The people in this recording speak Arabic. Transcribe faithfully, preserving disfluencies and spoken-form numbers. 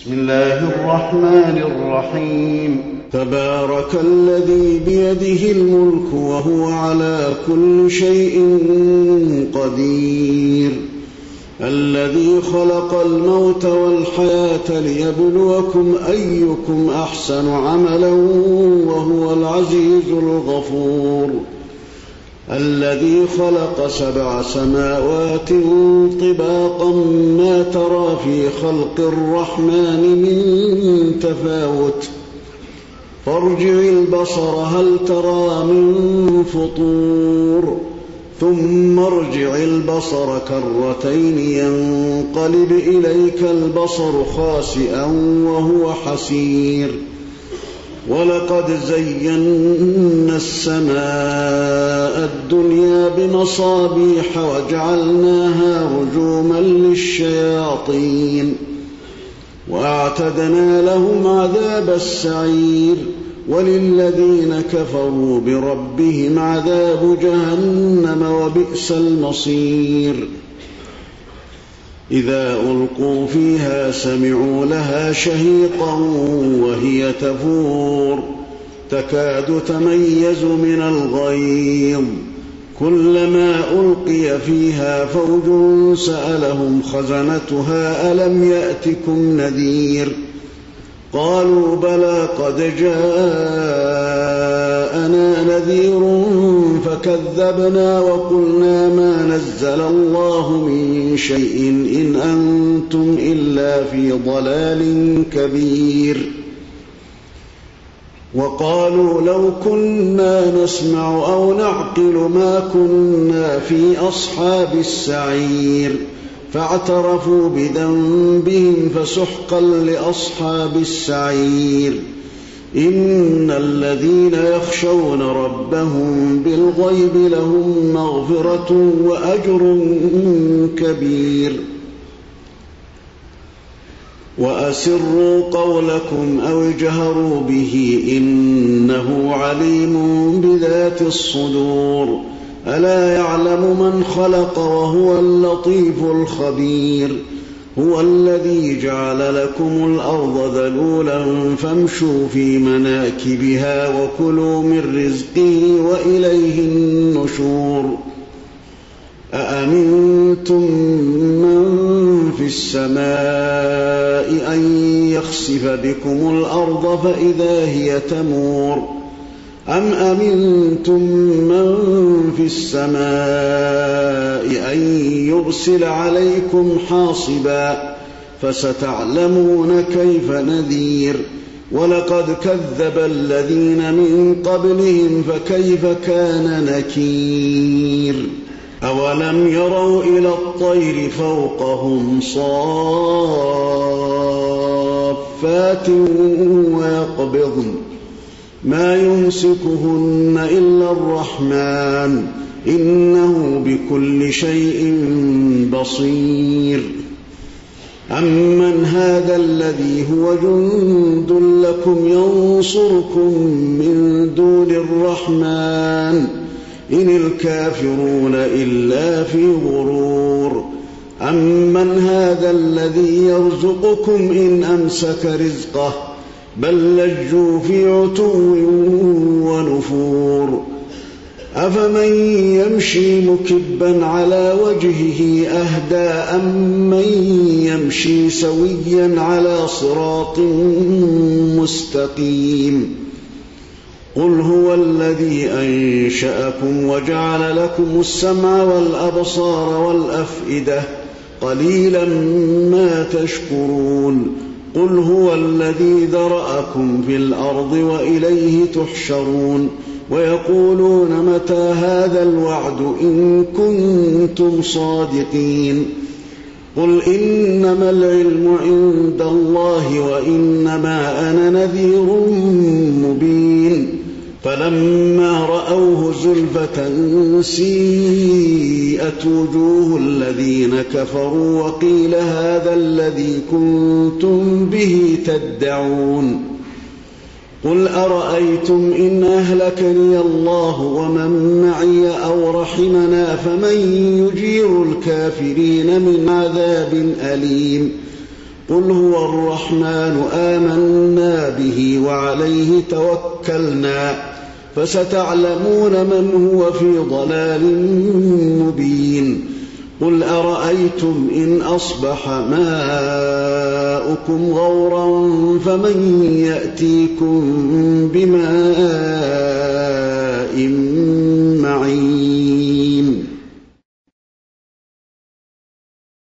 بسم الله الرحمن الرحيم. تبارك الذي بيده الملك وهو على كل شيء قدير، الذي خلق الموت والحياة ليبلوكم أيكم أحسن عملا وهو العزيز الغفور، الذي خلق سبع سماوات طباقا ما ترى في خلق الرحمن من تفاوت، فارجع البصر هل ترى من فطور، ثم ارجع البصر كرتين ينقلب إليك البصر خاسئا وهو حسير، ولقد زينا السماء الدنيا بمصابيح وجعلناها رجوما للشياطين، وأعتدنا لهم عذاب السعير، وللذين كفروا بربهم عذاب جهنم وبئس المصير. إذا ألقوا فيها سمعوا لها شهيقا وهي تفور، تكاد تميز من الغيظ، كلما ألقي فيها فوج سألهم خزنتها ألم يأتكم نذير، قالوا بلى قد جاءنا نذير فكذبنا وقلنا ما نزل الله من شيء إن أنتم إلا في ضلال كبير. وقالوا لو كنا نسمع أو نعقل ما كنا في أصحاب السعير، فاعترفوا بذنبهم فسحقا لأصحاب السعير. إن الذين يخشون ربهم بالغيب لهم مغفرة وأجر كبير. وأسروا قولكم أو اجهروا به إنه عليم بذات الصدور، ألا يعلم من خلق وهو اللطيف الخبير. هو الذي جعل لكم الأرض ذلولا فامشوا في مناكبها وكلوا من رزقه وإليه النشور. أأمنتم من في السماء أن يخسف بكم الأرض فإذا هي تمور، أم أمنتم من في السماء أن يرسل عليكم حاصبا، فستعلمون كيف نذير. ولقد كذب الذين من قبلهم فكيف كان نكير. أولم يروا إلى الطير فوقهم صافات ويقبضن ما يمسكهن إلا الرحمن إنه بكل شيء بصير. أمن هذا الذي هو جند لكم ينصركم من دون الرحمن إن الكافرون إلا في غرور. أمن هذا الذي يرزقكم إن أمسك رزقه بل لجوا في عتو ونفور. أفمن يمشي مكبا على وجهه أهدى أمن يمشي سويا على صراط مستقيم. قل هو الذي أنشأكم وجعل لكم السمع والأبصار والأفئدة قليلا ما تشكرون. قل هو الذي ذرأكم في الأرض وإليه تحشرون. ويقولون متى هذا الوعد إن كنتم صادقين. قل إنما العلم عند الله وإنما أنا نذير مبين. فلما رأوه زلفة سيئت وجوه الذين كفروا وقيل هذا الذي كنتم به تدعون. قل أرأيتم إن أهلكني الله ومن معي أو رحمنا فمن يجير الكافرين من عذاب أليم. قل هو الرحمن آمنا به وعليه توكلنا فستعلمون من هو في ضلال مبين قل أرأيتم إن أصبح ماؤكم غورا فمن يأتيكم بماء